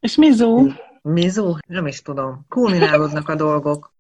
És Mizu? Mizu? Nem is tudom. Kulminálódnak a dolgok.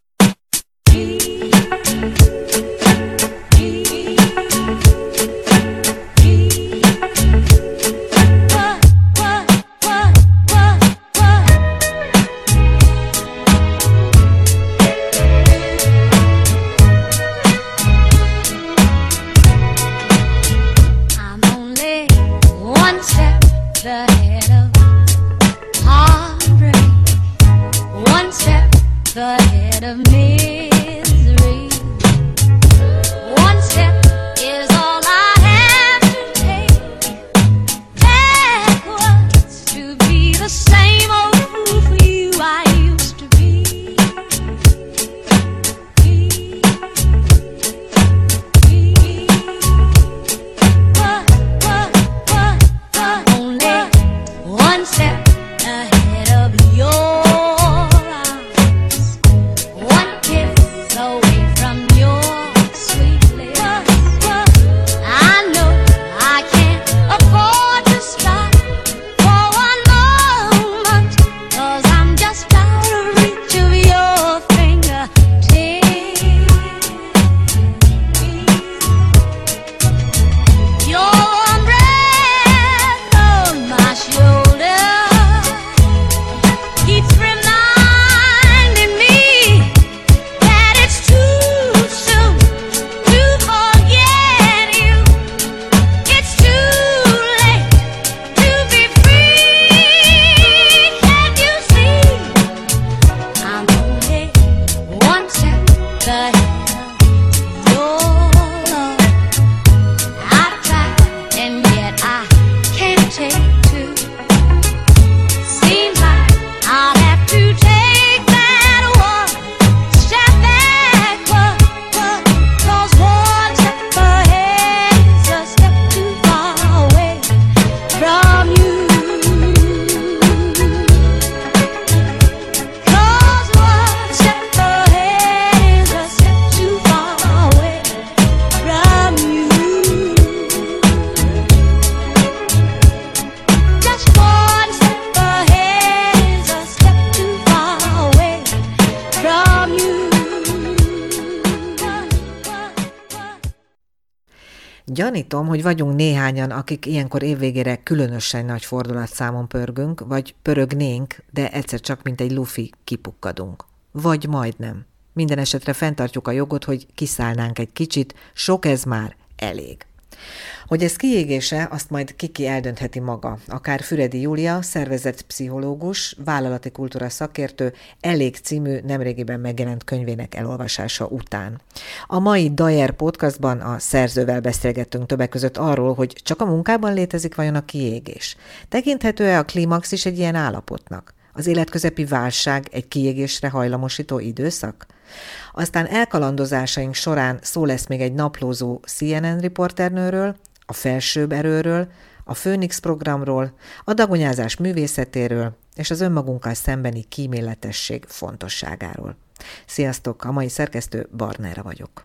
Gyanítom, hogy vagyunk néhányan, akik ilyenkor évvégére különösen nagy fordulatszámon pörgünk, vagy pörögnénk, de egyszer csak, mint egy lufi, kipukkadunk. Vagy majdnem. Minden esetre fenntartjuk a jogot, hogy kiszállnánk egy kicsit, sok ez már elég. Hogy ez kiégése, azt majd Kiki eldöntheti maga. Akár Füredi Júlia, szervezetpszichológus, vállalati kultúra szakértő, Elég című nemrégiben megjelent könyvének elolvasása után. A mai Dajer podcastban a szerzővel beszélgettünk többek között arról, hogy csak a munkában létezik vajon a kiégés. Tekinthető-e a klímax is egy ilyen állapotnak? Az életközepi válság egy kiégésre hajlamosító időszak? Aztán elkalandozásaink során szó lesz még egy naplózó CNN riporternőről, a felsőbb erőről, a Főnix programról, a dagonyázás művészetéről és az önmagunkkal szembeni kíméletesség fontosságáról. Sziasztok, a mai szerkesztő Barnára vagyok.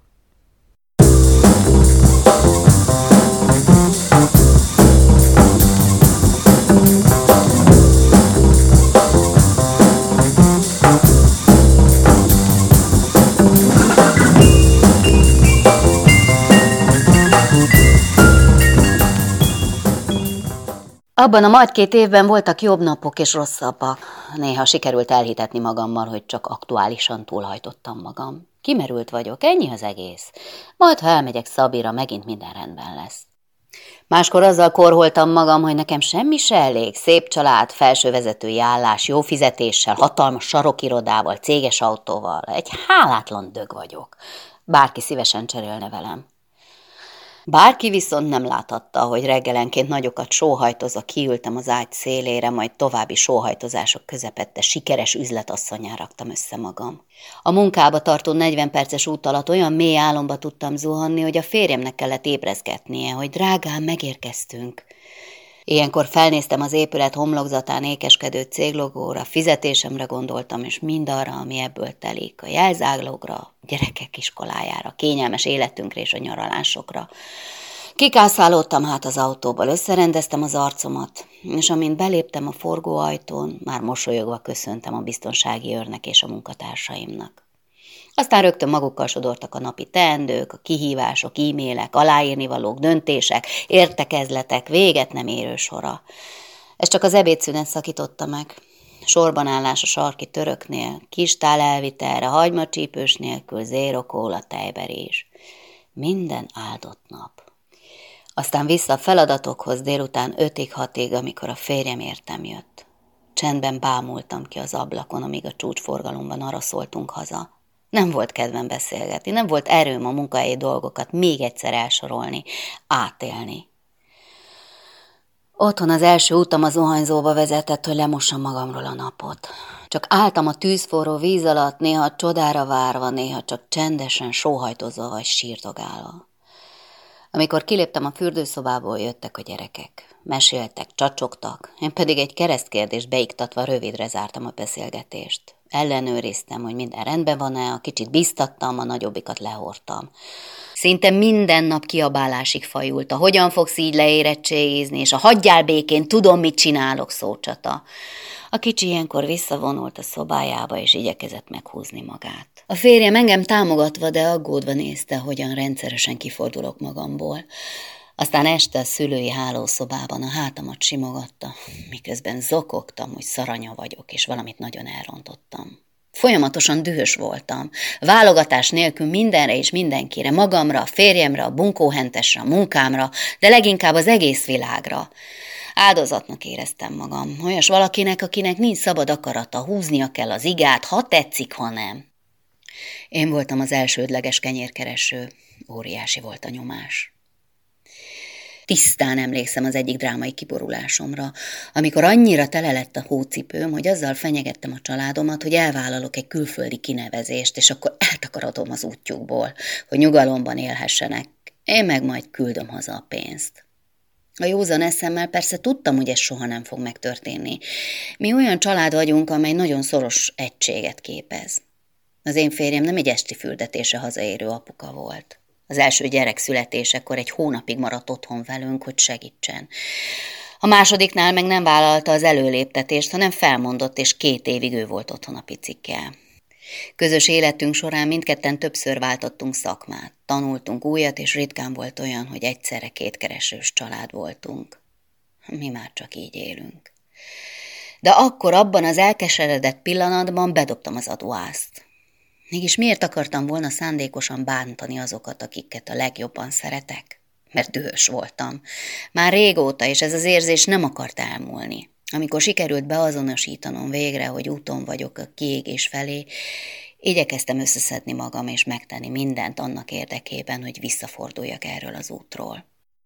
Abban a majd 2 évben voltak jobb napok és rosszabbak. Néha sikerült elhitetni magammal, hogy csak aktuálisan túlhajtottam magam. Kimerült vagyok, ennyi az egész. Majd, ha elmegyek Szabira, megint minden rendben lesz. Máskor azzal korholtam magam, hogy nekem semmi se elég. Szép család, felsővezetői állás, jó fizetéssel, hatalmas sarokirodával, céges autóval. Egy hálátlan dög vagyok. Bárki szívesen cserélne velem. Bárki viszont nem láthatta, hogy reggelenként nagyokat sóhajtozva kiültem az ágy szélére, majd további sóhajtozások közepette sikeres üzletasszonnyá raktam össze magam. A munkába tartó 40 perces út alatt olyan mély álomba tudtam zuhanni, hogy a férjemnek kellett ébrezgetnie, hogy drágám, megérkeztünk. Ilyenkor felnéztem az épület homlokzatán ékeskedő céglogóra, fizetésemre gondoltam, és mindarra, ami ebből telik, a jelzálogra, a gyerekek iskolájára, kényelmes életünkre és a nyaralásokra. Kikászálódtam hát az autóból, összerendeztem az arcomat, és amint beléptem a forgóajtón, már mosolyogva köszöntem a biztonsági őrnek és a munkatársaimnak. Aztán rögtön magukkal sodortak a napi teendők, a kihívások, e-mailek, aláírnivalók, döntések, értekezletek, véget nem érő sora. Ez csak az ebédszünet szakította meg. Sorbanállás a sarki töröknél, kis tál elvitelre, hagymacsípős nélkül, zéro kóla, tejberés. Minden áldott nap. Aztán vissza a feladatokhoz délután 5-6-ig, amikor a férjem értem jött. Csendben bámultam ki az ablakon, amíg a csúcsforgalomban arra szóltunk haza. Nem volt kedvem beszélgetni, nem volt erőm a munkahelyi dolgokat még egyszer elsorolni, átélni. Otthon az első utam a zuhanyzóba vezetett, hogy lemossam magamról a napot. Csak álltam a tűzforró víz alatt, néha csodára várva, néha csak csendesen sóhajtozva vagy sírdogálva. Amikor kiléptem a fürdőszobából, jöttek a gyerekek. Meséltek, csacsogtak, én pedig egy keresztkérdést beiktatva rövidre zártam a beszélgetést. Ellenőriztem, hogy minden rendben van-e, a kicsit bíztattam, a nagyobbikat lehordtam. Szinte minden nap kiabálásig fajult, a hogyan fogsz így leérettségizni, és a hagyjál békén, tudom, mit csinálok szócsata. A kicsi ilyenkor visszavonult a szobájába, és igyekezett meghúzni magát. A férjem engem támogatva, de aggódva nézte, hogyan rendszeresen kifordulok magamból. Aztán este a szülői hálószobában a hátamat simogatta, miközben zokogtam, hogy szaranya vagyok, és valamit nagyon elrontottam. Folyamatosan dühös voltam. Válogatás nélkül mindenre és mindenkire, magamra, a férjemre, a bunkóhentesre, a munkámra, de leginkább az egész világra. Áldozatnak éreztem magam, olyas valakinek, akinek nincs szabad akarata, húznia kell az igát, ha tetszik, ha nem. Én voltam az elsődleges kenyérkereső, óriási volt a nyomás. Tisztán emlékszem az egyik drámai kiborulásomra, amikor annyira tele lett a hócipőm, hogy azzal fenyegettem a családomat, hogy elvállalok egy külföldi kinevezést, és akkor eltakarodom az útjukból, hogy nyugalomban élhessenek. Én meg majd küldöm haza a pénzt. A józan eszemmel persze tudtam, hogy ez soha nem fog megtörténni. Mi olyan család vagyunk, amely nagyon szoros egységet képez. Az én férjem nem egy esti fürdetésre hazaérő apuka volt. Az első gyerek születésekor egy hónapig maradt otthon velünk, hogy segítsen. A másodiknál meg nem vállalta az előléptetést, hanem felmondott, és 2 évig ő volt otthon a picikkel. Közös életünk során mindketten többször váltottunk szakmát. Tanultunk újat, és ritkán volt olyan, hogy egyszerre 2 keresős család voltunk. Mi már csak így élünk. De akkor abban az elkeseredett pillanatban bedobtam az adóászt. Mégis miért akartam volna szándékosan bántani azokat, akiket a legjobban szeretek? Mert dühös voltam. Már régóta, és ez az érzés nem akart elmúlni. Amikor sikerült beazonosítanom végre, hogy úton vagyok a kiégés felé, igyekeztem összeszedni magam és megtenni mindent annak érdekében, hogy visszaforduljak erről az útról.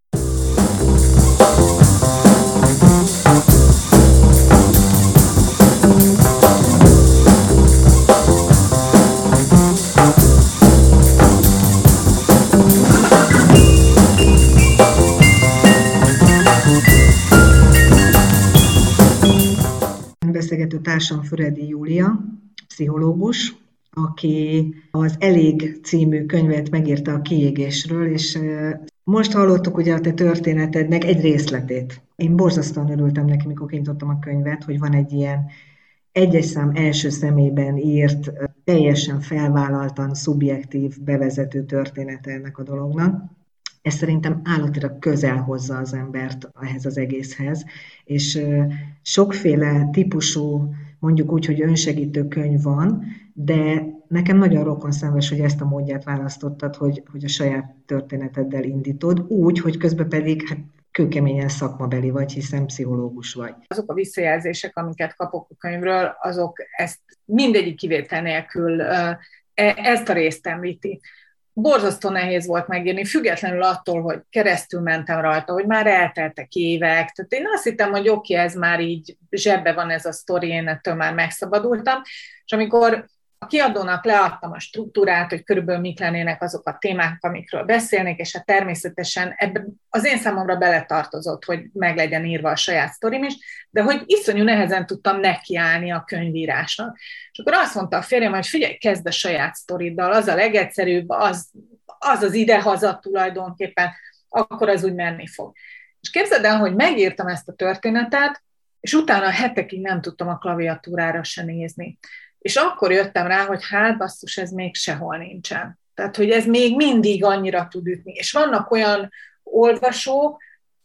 Beszélgető társam Füredi Júlia, pszichológus, aki az Elég című könyvet megírta a kiégésről, és most hallottuk ugye a te történetednek egy részletét. Én borzasztóan örültem neki, mikor kinyitottam a könyvet, hogy van egy ilyen egyes szám első személyben írt, teljesen felvállaltan, szubjektív, bevezető története ennek a dolognak. Ez szerintem állatilag közel hozza az embert ehhez az egészhez, és sokféle típusú, mondjuk úgy, hogy önsegítő könyv van, de nekem nagyon rokonszenves, hogy ezt a módját választottad, hogy a saját történeteddel indítod, úgy, hogy közben pedig kőkeményen szakmabeli vagy, hiszen pszichológus vagy. Azok a visszajelzések, amiket kapok a könyvről, azok ezt mindegyik kivétel nélkül ezt a részt említi. Borzasztó nehéz volt megírni, függetlenül attól, hogy keresztül mentem rajta, hogy már elteltek évek. Tehát én azt hittem, hogy oké, ez már így zsebbe van ez a sztori, én ettől már megszabadultam. És amikor a kiadónak leadtam a struktúrát, hogy körülbelül mik lennének azok a témák, amikről beszélnék, és hát természetesen ebben az én számomra beletartozott, hogy meg legyen írva a saját sztorim is, de hogy iszonyú nehezen tudtam nekiállni a könyvírásnak. És akkor azt mondta a férjem, hogy figyelj, kezd a saját sztoriddal, az a legegyszerűbb, az idehaza tulajdonképpen, akkor az úgy menni fog. És képzeld el, hogy megírtam ezt a történetet, és utána hetekig nem tudtam a klaviatúrára se nézni. És akkor jöttem rá, hogy hát basszus, ez még sehol nincsen. Tehát, hogy ez még mindig annyira tud ütni. És vannak olyan olvasók,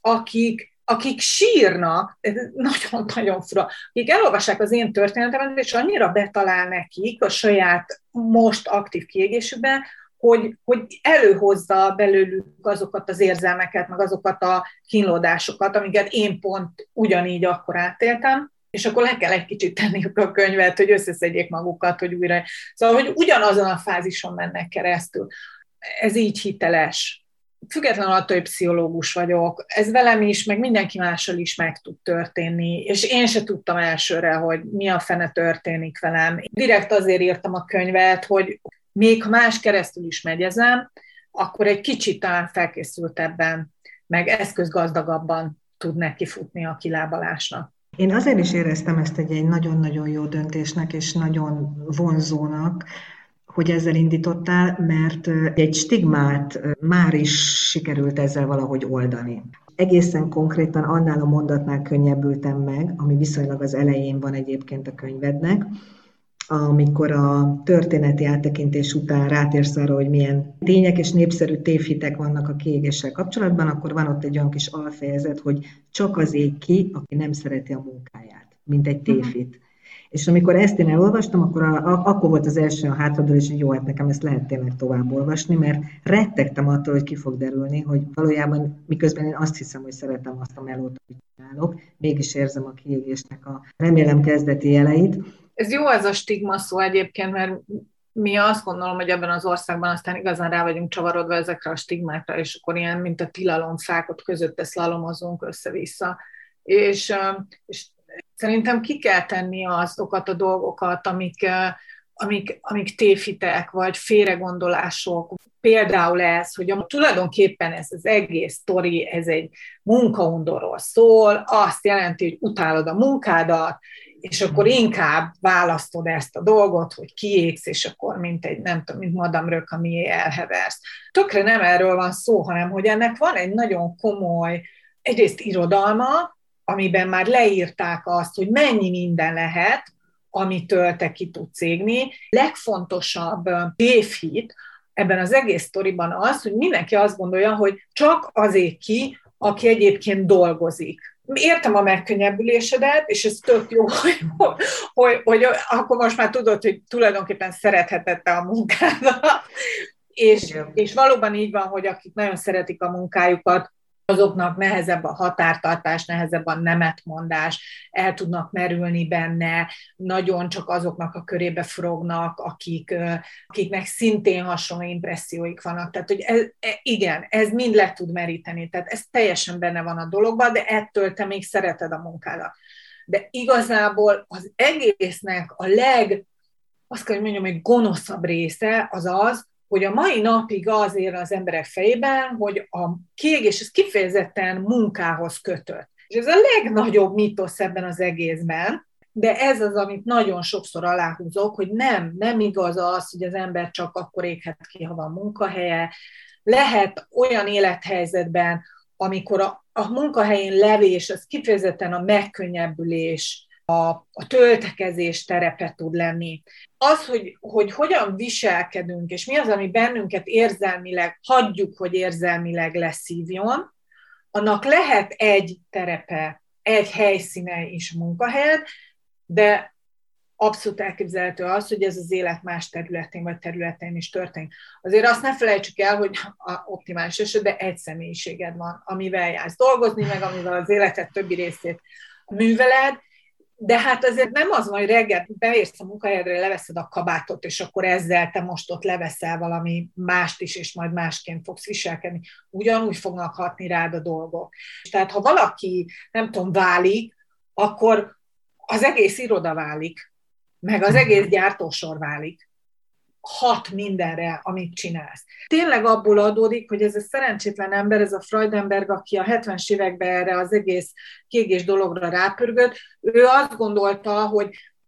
akik sírnak, ez nagyon-nagyon fura, akik elolvassák az én történetemet, és annyira betalál nekik a saját most aktív kiégésükben, hogy előhozza belőlük azokat az érzelmeket, meg azokat a kínlódásokat, amiket én pont ugyanígy akkor átéltem, és akkor le kell egy kicsit tenniük a könyvet, hogy összeszedjék magukat, hogy újra... Szóval, hogy ugyanazon a fázison mennek keresztül. Ez így hiteles. Függetlenül attól, hogy pszichológus vagyok, ez velem is, meg mindenki mással is meg tud történni, és én se tudtam elsőre, hogy mi a fene történik velem. Direkt azért írtam a könyvet, hogy még ha más keresztül is megy ezen, akkor egy kicsit talán felkészültebben, meg eszközgazdagabban tud nekifutni a kilábalásnak. Én azért is éreztem ezt egy nagyon-nagyon jó döntésnek, és nagyon vonzónak, hogy ezzel indítottál, mert egy stigmát már is sikerült ezzel valahogy oldani. Egészen konkrétan annál a mondatnál könnyebbültem meg, ami viszonylag az elején van egyébként a könyvednek, amikor a történeti áttekintés után rátérsz arra, hogy milyen tények és népszerű tévhitek vannak a kiégéssel kapcsolatban, akkor van ott egy olyan kis alfejezet, hogy csak az ég ki, aki nem szereti a munkáját, mint egy tévhit. És amikor ezt én elolvastam, akkor volt az első a hátradőlés, hogy jó, hát nekem ezt lehet tényleg tovább olvasni, mert rettegtem attól, hogy ki fog derülni, hogy valójában miközben én azt hiszem, hogy szeretem azt a melót, amit csinálok, mégis érzem a kiégésnek a remélem kezdeti jeleit. Ez jó ez a stigma szó egyébként, mert mi azt gondolom, hogy ebben az országban aztán igazán rá vagyunk csavarodva ezekre a stigmákra, és akkor ilyen, mint a tilalomfák, ott közötte szlalomozunk össze-vissza. És szerintem ki kell tenni azokat a dolgokat, amik tévhitek, vagy félregondolások. Például ez, hogy tulajdonképpen ez az egész sztori, ez egy munkaundorról szól, azt jelenti, hogy utálod a munkádat, és akkor inkább választod ezt a dolgot, hogy kiégsz, és akkor mint Madame Rök, ami elheversz. Tökre nem erről van szó, hanem hogy ennek van egy nagyon komoly, egyrészt irodalma, amiben már leírták azt, hogy mennyi minden lehet, amitől te ki tudsz égni. Legfontosabb tévhit ebben az egész sztoriban az, hogy mindenki azt gondolja, hogy csak azért ki, aki egyébként dolgozik. Értem a megkönnyebbülésedet, és ez tök jó, hogy akkor most már tudod, hogy tulajdonképpen szeretheted te a munkádat, és valóban így van, hogy akik nagyon szeretik a munkájukat, azoknak nehezebb a határtartás, nehezebb a nemetmondás, el tudnak merülni benne, nagyon csak azoknak a körébe forognak, akiknek szintén hasonló impresszióik vannak. Tehát, hogy ez mind le tud meríteni. Tehát ez teljesen benne van a dologban, de ettől te még szereted a munkádat. De igazából az egésznek azt kell, hogy mondjam, hogy gonoszabb része az az, hogy a mai napig az ér az emberek fejében, hogy a kiégés ez kifejezetten munkához kötött. És ez a legnagyobb mítosz ebben az egészben, de ez az, amit nagyon sokszor aláhúzok, hogy nem igaz az, hogy az ember csak akkor éghet ki, ha van munkahelye. Lehet olyan élethelyzetben, amikor a munkahelyén levés, az kifejezetten a megkönnyebbülés, a töltekezés terepe tud lenni. Az, hogy hogyan viselkedünk, és mi az, ami bennünket érzelmileg, hagyjuk, hogy érzelmileg leszívjon, annak lehet egy terepe, egy helyszíne is munkahelyen, de abszolút elképzelhető az, hogy ez az élet más területén vagy területén is történik. Azért azt ne felejtsük el, hogy a optimális eset, de egy személyiséged van, amivel jársz dolgozni, meg amivel az életed többi részét műveled, de hát azért nem az van, hogy reggel beérsz a munkahelyedre, leveszed a kabátot, és akkor ezzel te most ott leveszel valami mást is, és majd másként fogsz viselkedni. Ugyanúgy fognak hatni rád a dolgok. Tehát ha valaki, nem tudom, válik, akkor az egész iroda válik, meg az egész gyártósor válik. Hat mindenre, amit csinálsz. Tényleg abból adódik, hogy ez a szerencsétlen ember, ez a Freudenberg, aki a 70-es években erre az egész kiégés dologra rápörgött, ő azt gondolta, hogy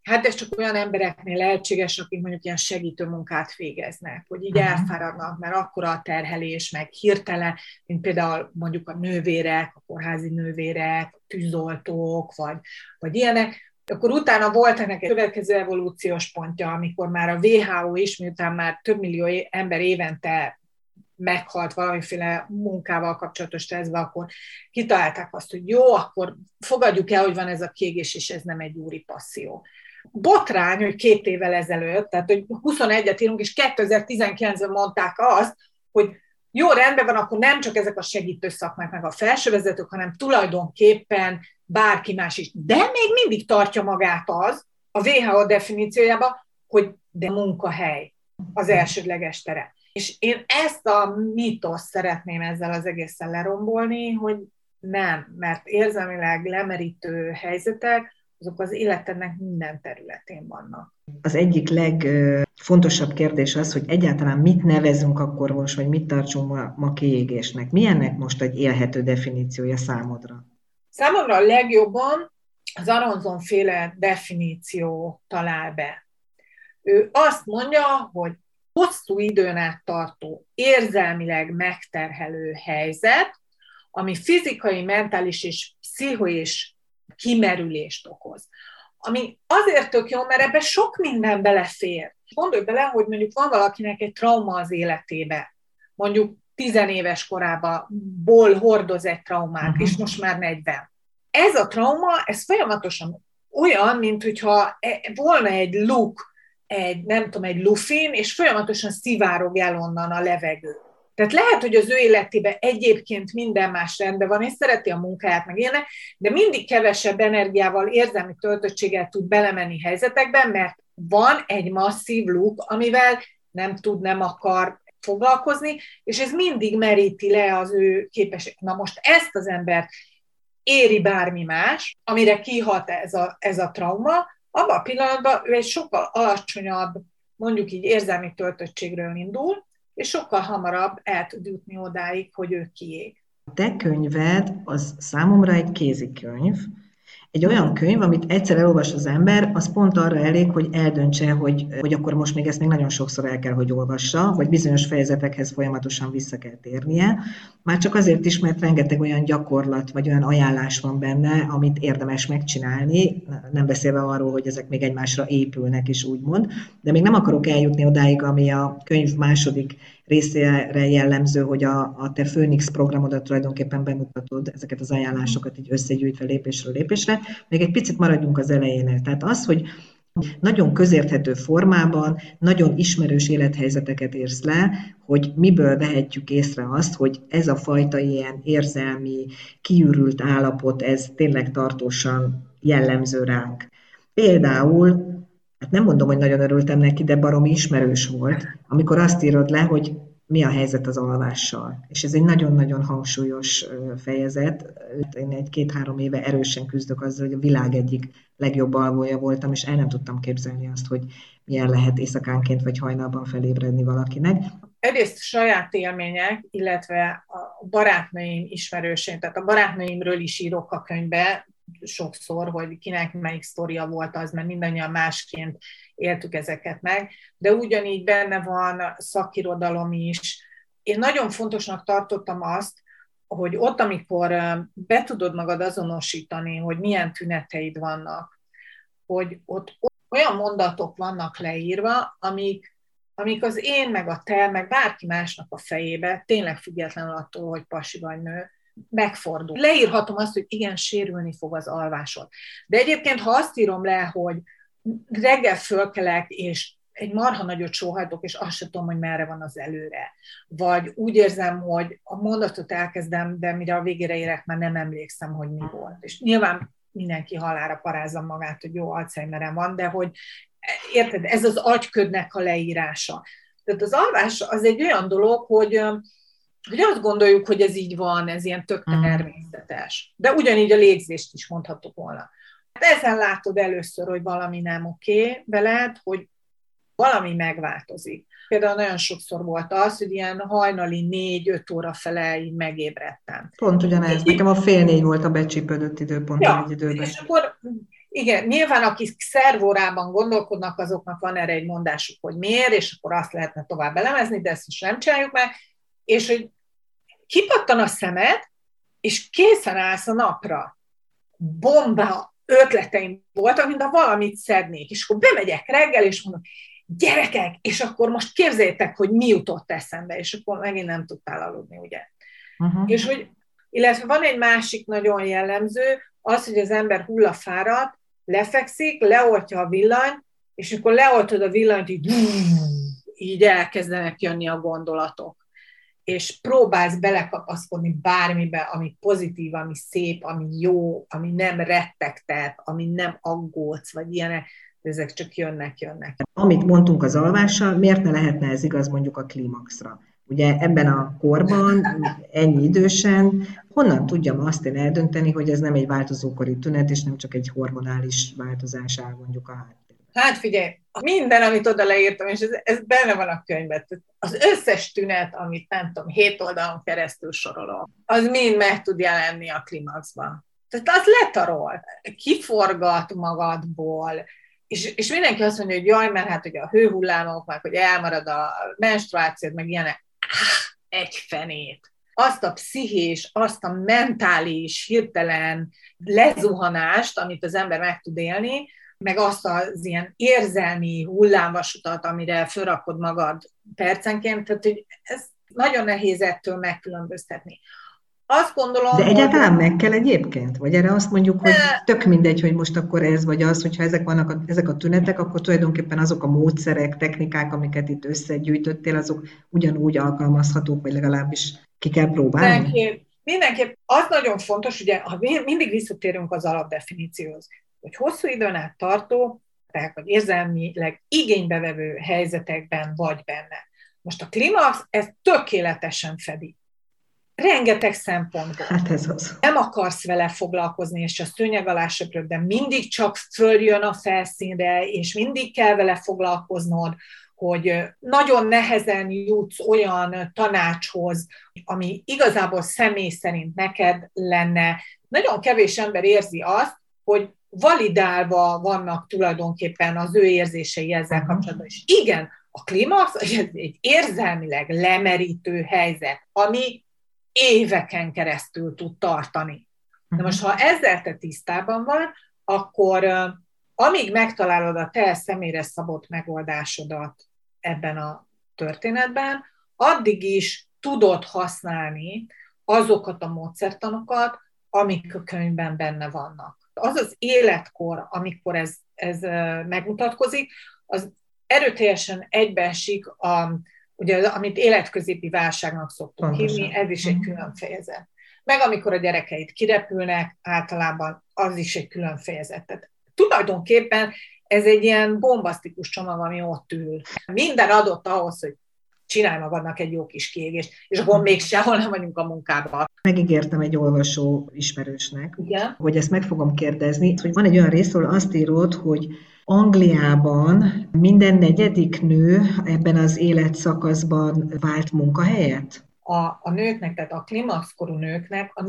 Hát ez csak olyan embereknél lehetséges, akik mondjuk ilyen segítő munkát végeznek, hogy így elfáradnak, mert akkora a terhelés, meg hirtelen, mint például mondjuk a nővérek, a kórházi nővérek, a tűzoltók, vagy ilyenek. Akkor utána volt ennek egy következő evolúciós pontja, amikor már a WHO is, miután már több millió ember évente meghalt valamiféle munkával kapcsolatos stresszbe, akkor kitalálták azt, hogy jó, akkor fogadjuk el, hogy van ez a kiégés, és ez nem egy úri passzió. Botrány, hogy 2 évvel ezelőtt, tehát hogy 21-et írunk, és 2019-ben mondták azt, hogy jó, rendben van, akkor nem csak ezek a segítő szakmák, meg a felsővezetők, hanem tulajdonképpen bárki más is. De még mindig tartja magát az, a WHO definíciójában, hogy de munkahely az elsődleges tere. És én ezt a mítoszt szeretném ezzel az egészen lerombolni, hogy nem, mert érzelmileg lemerítő helyzetek, azok az életednek minden területén vannak. Az egyik legfontosabb kérdés az, hogy egyáltalán mit nevezünk akkor most, vagy mit tartsunk ma kiégésnek. Mi ennek most egy élhető definíciója számodra? Számomra a legjobban az Aronson-féle definíció talál be. Ő azt mondja, hogy hosszú időn át tartó, érzelmileg megterhelő helyzet, ami fizikai, mentális és pszichés kimerülést okoz. Ami azért tök jó, mert ebbe sok minden belefér. Gondolj bele, hogy mondjuk van valakinek egy trauma az életébe, mondjuk 10 éves korából hordoz egy traumát, és most már 40. Ez a trauma, ez folyamatosan olyan, mint hogyha volna egy luk, egy lufin, és folyamatosan szivárog el onnan a levegő. Tehát lehet, hogy az ő életében egyébként minden más rendben van, és szereti a munkáját, meg ilyenek, de mindig kevesebb energiával, érzelmi töltöttséggel tud belemenni helyzetekben, mert van egy masszív luk, amivel nem tud, nem akar foglalkozni, és ez mindig meríti le az ő képességet. Na most ezt az embert éri bármi más, amire kihat ez a trauma, abban a pillanatban ő egy sokkal alacsonyabb, mondjuk így érzelmi töltöttségről indul, és sokkal hamarabb el tud jutni odáig, hogy ő kiég. A te könyved az számomra egy kézikönyv, egy olyan könyv, amit egyszer elolvas az ember, az pont arra elég, hogy eldöntse, hogy akkor most még ezt még nagyon sokszor el kell, hogy olvassa, vagy bizonyos fejezetekhez folyamatosan vissza kell térnie. Már csak azért is, mert rengeteg olyan gyakorlat, vagy olyan ajánlás van benne, amit érdemes megcsinálni, nem beszélve arról, hogy ezek még egymásra épülnek is, úgymond. De még nem akarok eljutni odáig, ami a könyv második részére jellemző, hogy a te Főnix programodat tulajdonképpen bemutatod, ezeket az ajánlásokat így összegyűjtve lépésről lépésre. Még egy picit maradjunk az elejénél. Tehát az, hogy nagyon közérthető formában, nagyon ismerős élethelyzeteket érsz le, hogy miből vehetjük észre azt, hogy ez a fajta ilyen érzelmi, kiürült állapot, ez tényleg tartósan jellemző ránk. Például, hát nem mondom, hogy nagyon örültem neki, de baromi ismerős volt, amikor azt írod le, hogy mi a helyzet az alvással. És ez egy nagyon-nagyon hangsúlyos fejezet. Én 1-2-3 éve erősen küzdök azzal, hogy a világ egyik legjobb alvója voltam, és el nem tudtam képzelni azt, hogy milyen lehet éjszakánként vagy hajnalban felébredni valakinek. Egyrészt saját élmények, illetve a barátnőim ismerősén, tehát a barátnőimről is írok a könyvbe sokszor, hogy kinek melyik sztoria volt az, mert mindannyian másként éltük ezeket meg, de ugyanígy benne van szakirodalom is. Én nagyon fontosnak tartottam azt, hogy ott, amikor be tudod magad azonosítani, hogy milyen tüneteid vannak, hogy ott olyan mondatok vannak leírva, amik az én, meg a te, meg bárki másnak a fejébe, tényleg függetlenül attól, hogy pasi vagy nő, megfordul. Leírhatom azt, hogy igen, sérülni fog az alvásod. De egyébként, ha azt írom le, hogy reggel fölkelek, és egy marha nagyot sóhajtok, és azt sem tudom, hogy merre van az előre. Vagy úgy érzem, hogy a mondatot elkezdem, de mire a végére érek, már nem emlékszem, hogy mi volt. És nyilván mindenki halálra parázza magát, hogy jó, Alzheimerem van, de hogy érted, ez az agyködnek a leírása. Tehát az alvás az egy olyan dolog, hogy azt gondoljuk, hogy ez így van, ez ilyen tök természetes. De ugyanígy a légzést is mondhatok volna. Ezen látod először, hogy valami nem oké veled, hogy valami megváltozik. Például nagyon sokszor volt az, hogy ilyen hajnali 4-5 óra fele így megébredtem. Pont ugyanez. Nekem a 3:30 volt a becsípődött időpont egy időben. És akkor Igen, nyilván akik szervórában gondolkodnak, azoknak van erre egy mondásuk, hogy miért, és akkor azt lehetne tovább elemezni, de ezt most nem csináljuk meg, és hogy kipattan a szemed, és készen állsz a napra. Bomba ötleteim voltak, mint ha valamit szednék, és akkor bemegyek reggel, és mondom, gyerekek, és akkor most képzeljétek, hogy mi jutott eszembe, és akkor megint nem tudtál aludni, ugye? És hogy, illetve van egy másik nagyon jellemző, az, hogy az ember hullafáradt, lefekszik, leoltja a villanyt, és amikor leoltod a villanyt, így elkezdenek jönni a gondolatok. És próbálsz belekapaszkodni bármibe, ami pozitív, ami szép, ami jó, ami nem rettegtet, ami nem aggódsz, vagy ilyenek, ezek csak jönnek. Amit mondtunk az alvással, miért ne lehetne ez igaz mondjuk a klímaxra? Ugye ebben a korban, ennyi idősen, honnan tudjam azt én eldönteni, hogy ez nem egy változókori tünet, és nem csak egy hormonális változás áll mondjuk a háttérben? Hát figyelj, minden, amit oda leírtam, és ez benne van a könyvben, az összes tünet, amit nem tudom, 7 oldalon keresztül sorolom, az mind meg tud jelenni a klimaxban. Tehát az letarol, kiforgat magadból, és mindenki azt mondja, hogy jaj, mert hát ugye a hőhullámok, meg hogy elmarad a menstruációt, meg ilyenek, egy fenét. Azt a pszichés, azt a mentális, hirtelen lezuhanást, amit az ember meg tud élni, meg azt az ilyen érzelmi hullámvasutat, amire felrakod magad percenként, tehát hogy ez nagyon nehéz ettől megkülönböztetni. Azt gondolom, de egyáltalán meg kell egyébként? Vagy erre azt mondjuk, hogy tök mindegy, hogy most akkor ez vagy az, hogyha ezek a tünetek, akkor tulajdonképpen azok a módszerek, technikák, amiket itt összegyűjtöttél, azok ugyanúgy alkalmazhatók, vagy legalábbis ki kell próbálni? Mindenképp az nagyon fontos, ugye, ha mindig visszatérünk az alapdefinícióhoz, hogy hosszú időn át tartó, tehát vagy érzelmileg igénybevevő helyzetekben vagy benne. Most a klímax ezt tökéletesen fedi. Rengeteg szempontból. Hát ez az. Nem akarsz vele foglalkozni, és a szőnyeg alá söpröd, de mindig csak följön a felszínre, és mindig kell vele foglalkoznod, hogy nagyon nehezen jutsz olyan tanácshoz, ami igazából személy szerint neked lenne. Nagyon kevés ember érzi azt, hogy validálva vannak tulajdonképpen az ő érzései ezzel kapcsolatban. És igen, a klímax egy érzelmileg lemerítő helyzet, ami éveken keresztül tud tartani. De most, ha ezzel te tisztában van, akkor amíg megtalálod a te személyre szabott megoldásodat ebben a történetben, addig is tudod használni azokat a módszertanokat, amik a könyvben benne vannak. Az az életkor, amikor ez megmutatkozik, az erőteljesen egybeesik ugye, amit életközépi válságnak szoktunk hívni, ez is egy külön fejezet. Meg amikor a gyerekeid kirepülnek, általában az is egy külön fejezet. Tehát tulajdonképpen ez egy ilyen bombasztikus csomag, ami ott ül. Minden adott ahhoz, hogy csinálj magadnak egy jó kis kiégést, és akkor még sehol nem vagyunk a munkában. Megígértem egy olvasó ismerősnek, igen? Hogy ezt meg fogom kérdezni, hogy van egy olyan részről, azt írod, hogy Angliában minden 4. nő ebben az életszakaszban vált munkahelyet? A nőknek, tehát a klimaxkorú nőknek a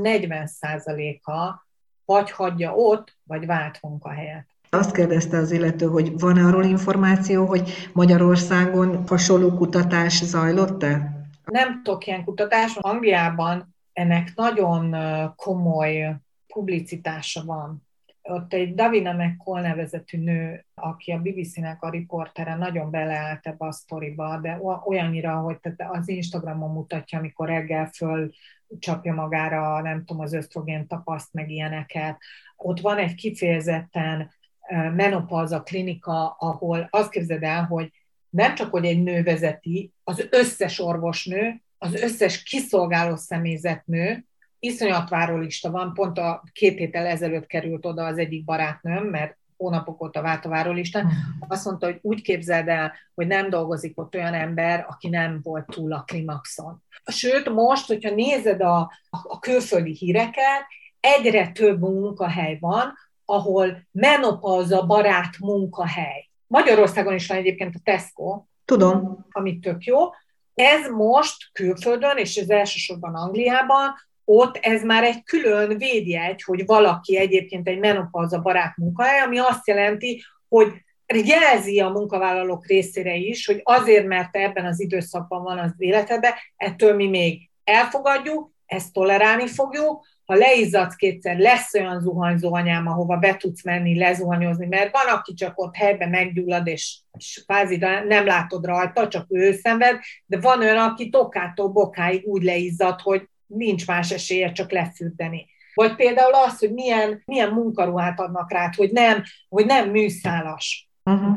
40%-a vagy hagyja ott, vagy vált munkahelyet. Azt kérdezte az illető, hogy van-e arról információ, hogy Magyarországon hasonló kutatás zajlott-e? Nem tudok ilyen kutatás. Angliában ennek nagyon komoly publicitása van. Ott egy Davina McCall nevezetű nő, aki a BBC-nek a riportere, nagyon beleállt ebbe a sztoriba, de olyannyira, hogy az Instagramon mutatja, amikor reggel föl csapja magára, nem tudom, az ösztrogén tapaszt, meg ilyeneket. Ott van egy kifejezetten menopauza klinika, ahol azt képzeld el, hogy nem csak, hogy egy nő vezeti, az összes orvosnő, az összes kiszolgáló személyzetnő, iszonyat várólista van, pont 2 héttel ezelőtt került oda az egyik barátnőm, mert hónapok óta várt a várólistán, azt mondta, hogy úgy képzeld el, hogy nem dolgozik ott olyan ember, aki nem volt túl a klimaxon. Sőt, most, hogyha nézed a külföldi híreket, egyre több munkahely van, ahol menopauza barát munkahely. Magyarországon is van egyébként a Tesco, tudom, ami tök jó. Ez most külföldön, és ez elsősorban Angliában, ott ez már egy külön védjegy, hogy valaki egyébként egy menopauza barát munkahely, ami azt jelenti, hogy jelzi a munkavállalók részére is, hogy azért, mert te ebben az időszakban van az életedben, ettől mi még elfogadjuk, ezt tolerálni fogjuk, ha leizzadsz kétszer, lesz olyan zuhanyzó anyám, ahova be tudsz menni, lezuhanyozni, mert van, aki csak ott helyben meggyullad, és kvázi nem látod rajta, csak ő szenved, de van olyan, aki tokától bokáig úgy leizzad, hogy nincs más esélye, csak lefürdeni. Vagy például az, hogy milyen munkaruhát adnak rád, hogy nem műszálas.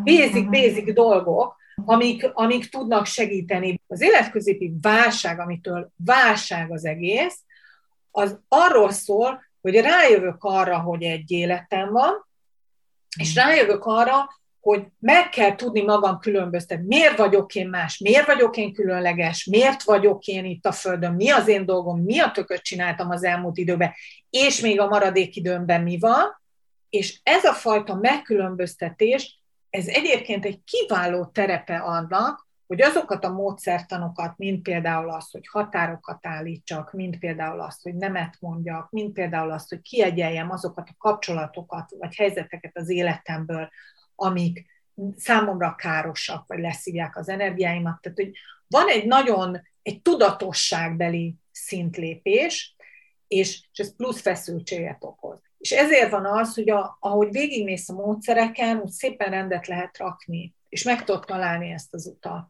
Basic dolgok, amik tudnak segíteni. Az életközépi válság, amitől válság az egész, az arról szól, hogy rájövök arra, hogy egy életem van, és rájövök arra, hogy meg kell tudni magam különböztetni. Miért vagyok én más? Miért vagyok én különleges? Miért vagyok én itt a Földön? Mi az én dolgom? Mi a tököt csináltam az elmúlt időben? És még a maradék időmben mi van? És ez a fajta megkülönböztetés, ez egyébként egy kiváló terepe annak, hogy azokat a módszertanokat, mint például az, hogy határokat állítsak, mint például az, hogy nemet mondjak, mint például az, hogy kiegyenjem azokat a kapcsolatokat, vagy helyzeteket az életemből, amik számomra károsak, vagy leszívják az energiáimat. Tehát, hogy van egy tudatosságbeli szintlépés, és ez plusz feszültséget okoz. És ezért van az, hogy ahogy végigmész a módszereken, úgy szépen rendet lehet rakni, és meg tudod találni ezt az utat.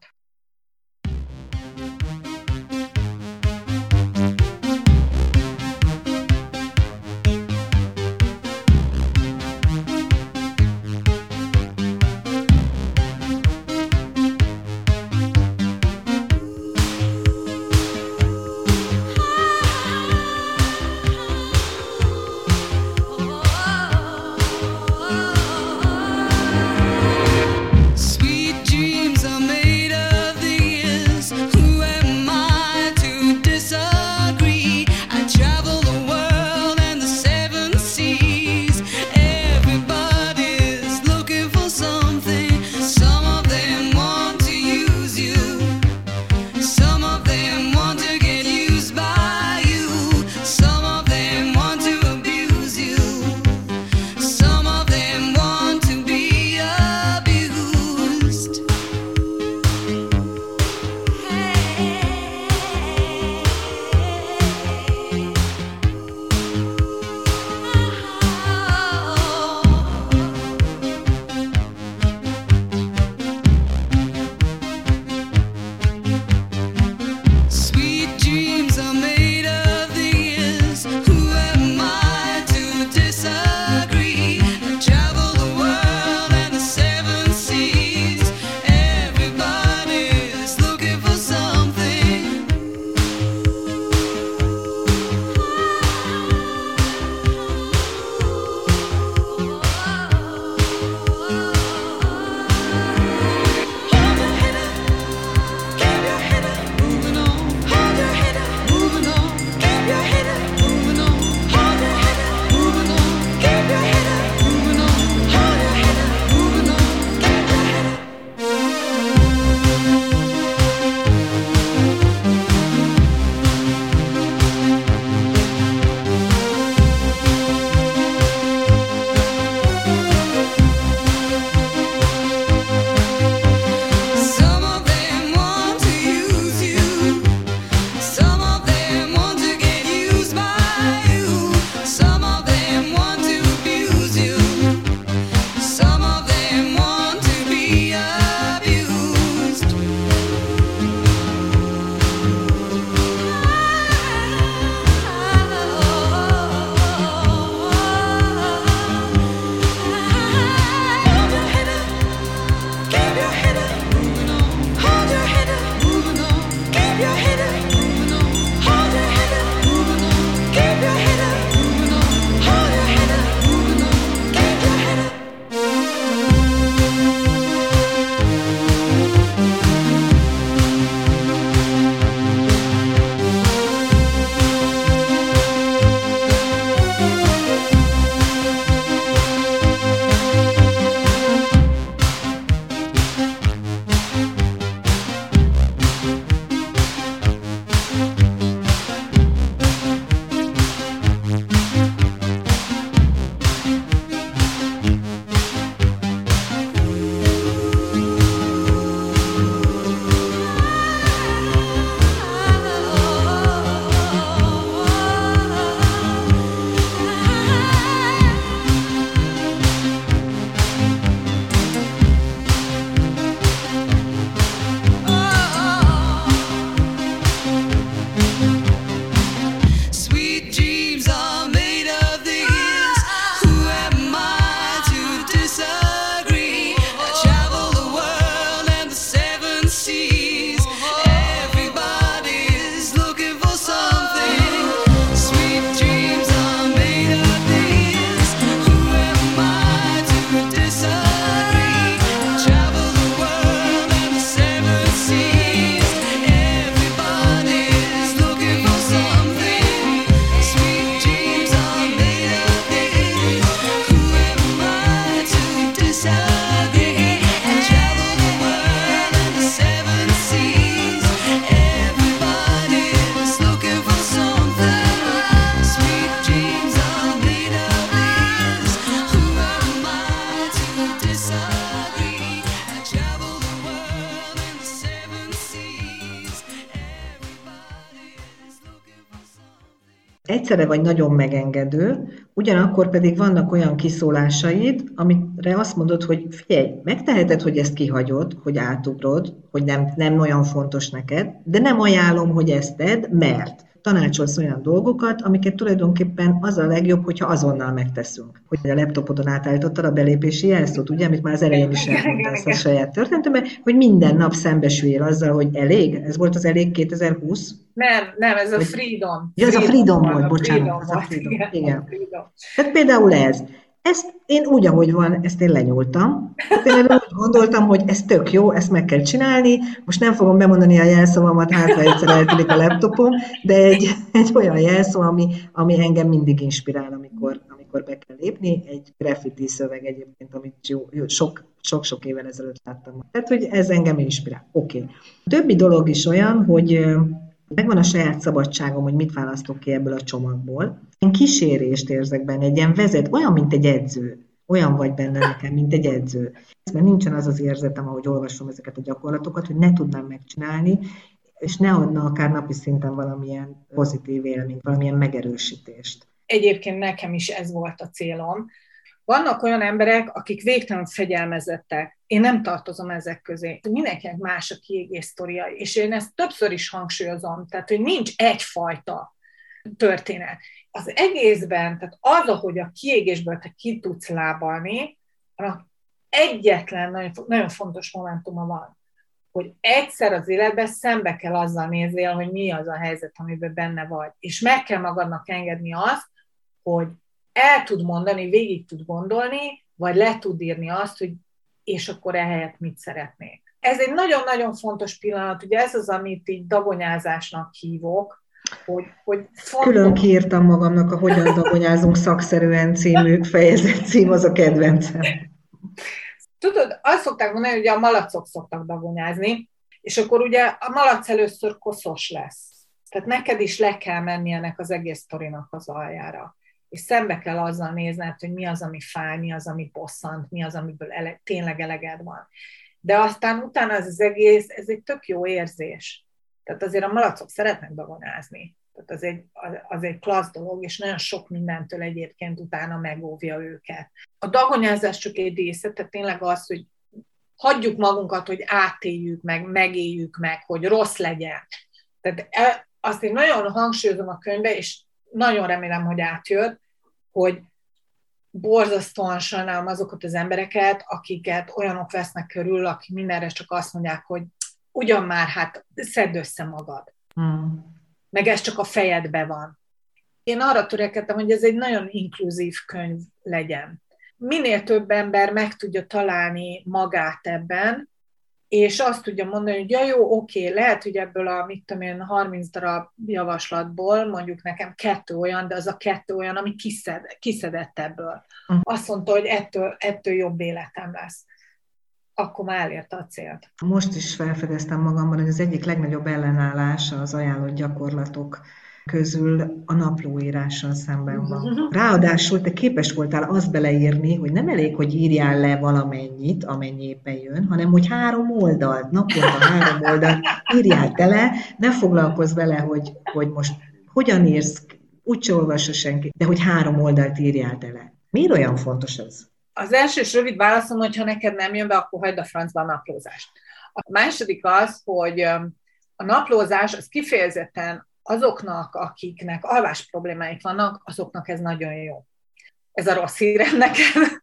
Sweet dreams are made of egyszerre vagy nagyon megengedő, ugyanakkor pedig vannak olyan kiszólásaid, amire azt mondod, hogy figyelj, megteheted, hogy ezt kihagyod, hogy átugrod, hogy nem olyan fontos neked, de nem ajánlom, hogy ezt tedd, mert tanácsolsz olyan dolgokat, amiket tulajdonképpen az a legjobb, hogyha azonnal megteszünk. Hogy a laptopodon átállítottad a belépési jelszót, ugye, amit már az elején is elmondasz a saját történetemben, hogy minden nap szembesüljél azzal, hogy elég? Ez volt az elég 2020? Nem, ez a Freedom. Ja, ez a Freedom volt, bocsánat. Ez a Freedom. Igen. Tehát például ezt én úgy, ahogy van, ezt én lenyúltam. Én úgy gondoltam, hogy ez tök jó, ezt meg kell csinálni. Most nem fogom bemondani a jelszavamat, hátra egyszer eltűnik a laptopom, de egy olyan jelszó, ami engem mindig inspirál, amikor be kell lépni. Egy graffiti szöveg egyébként, amit sok-sok évvel ezelőtt láttam. Tehát, hogy ez engem inspirál. Oké. A többi dolog is olyan, hogy megvan a saját szabadságom, hogy mit választok ki ebből a csomagból. Én kísérést érzek benne, egy ilyen vezet, olyan, mint egy edző. Olyan vagy benne nekem, mint egy edző. Mert nincsen az az érzetem, ahogy olvasom ezeket a gyakorlatokat, hogy ne tudnám megcsinálni, és ne adna akár napi szinten valamilyen pozitív élményt, valamilyen megerősítést. Egyébként nekem is ez volt a célom. Vannak olyan emberek, akik végtelenül fegyelmezettek. Én nem tartozom ezek közé. Mindenkinek más a kiégés sztoria, és én ezt többször is hangsúlyozom, tehát, hogy nincs egyfajta történet. Az egészben, tehát az, ahogy a kiégésből te ki tudsz lábalni, annak egyetlen nagyon fontos momentuma van, hogy egyszer az életben szembe kell azzal nézzél, hogy mi az a helyzet, amiben benne vagy. És meg kell magadnak engedni azt, hogy el tud mondani, végig tud gondolni, vagy le tud írni azt, hogy és akkor ehelyett mit szeretnék. Ez egy nagyon-nagyon fontos pillanat, ugye ez az, amit így dagonyázásnak hívok, hogy fontos... Külön kiírtam magamnak a Hogyan dagonyázunk szakszerűen című fejezet cím, az a kedvencem. Tudod, azt szokták mondani, hogy a malacok szoktak dagonyázni, és akkor ugye a malac először koszos lesz. Tehát neked is le kell menni ennek az egész sztorinak az aljára. És szembe kell azzal nézned, hogy mi az, ami fáj, mi az, ami bosszant, mi az, amiből tényleg eleged van. De aztán utána az egész, ez egy tök jó érzés. Tehát azért a malacok szeretnek dagonyázni. Tehát az egy klassz dolog, és nagyon sok mindentől egyébként utána megóvja őket. A dagonyázás csak egy része, tehát tényleg az, hogy hagyjuk magunkat, hogy átéljük meg, megéljük meg, hogy rossz legyen. Tehát azt én nagyon hangsúlyozom a könyvbe, és nagyon remélem, hogy átjött, hogy borzasztóan sajnálom azokat az embereket, akiket olyanok vesznek körül, akik mindenre csak azt mondják, hogy ugyan már, hát szedd össze magad. Meg ez csak a fejedben van. Én arra törekedtem, hogy ez egy nagyon inkluzív könyv legyen. Minél több ember meg tudja találni magát ebben, és azt tudja mondani, hogy ja, jó, oké, lehet, hogy ebből a 30 darab javaslatból mondjuk nekem 2 olyan, de az a 2 olyan, ami kiszedett ebből. Azt mondta, hogy ettől jobb életem lesz. Akkor már elérte a célt. Most is felfedeztem magamban, hogy az egyik legnagyobb ellenállás az ajánlott gyakorlatok közül a naplóírással szemben van. Ráadásul te képes voltál azt beleírni, hogy nem elég, hogy írjál le valamennyit, amennyi éppen jön, hanem hogy 3 oldalt, naponta 3 oldalt írjál tele, ne foglalkozz vele, hogy most hogyan írsz, úgyse olvassa senki, de hogy 3 oldalt írjál tele. Miért olyan fontos ez? Az első és rövid válaszom, hogy ha neked nem jön be, akkor hagyd a francba a naplózást. A második az, hogy a naplózás az kifejezetten azoknak, akiknek alvás problémáik vannak, azoknak ez nagyon jó. Ez a rossz hírem neked.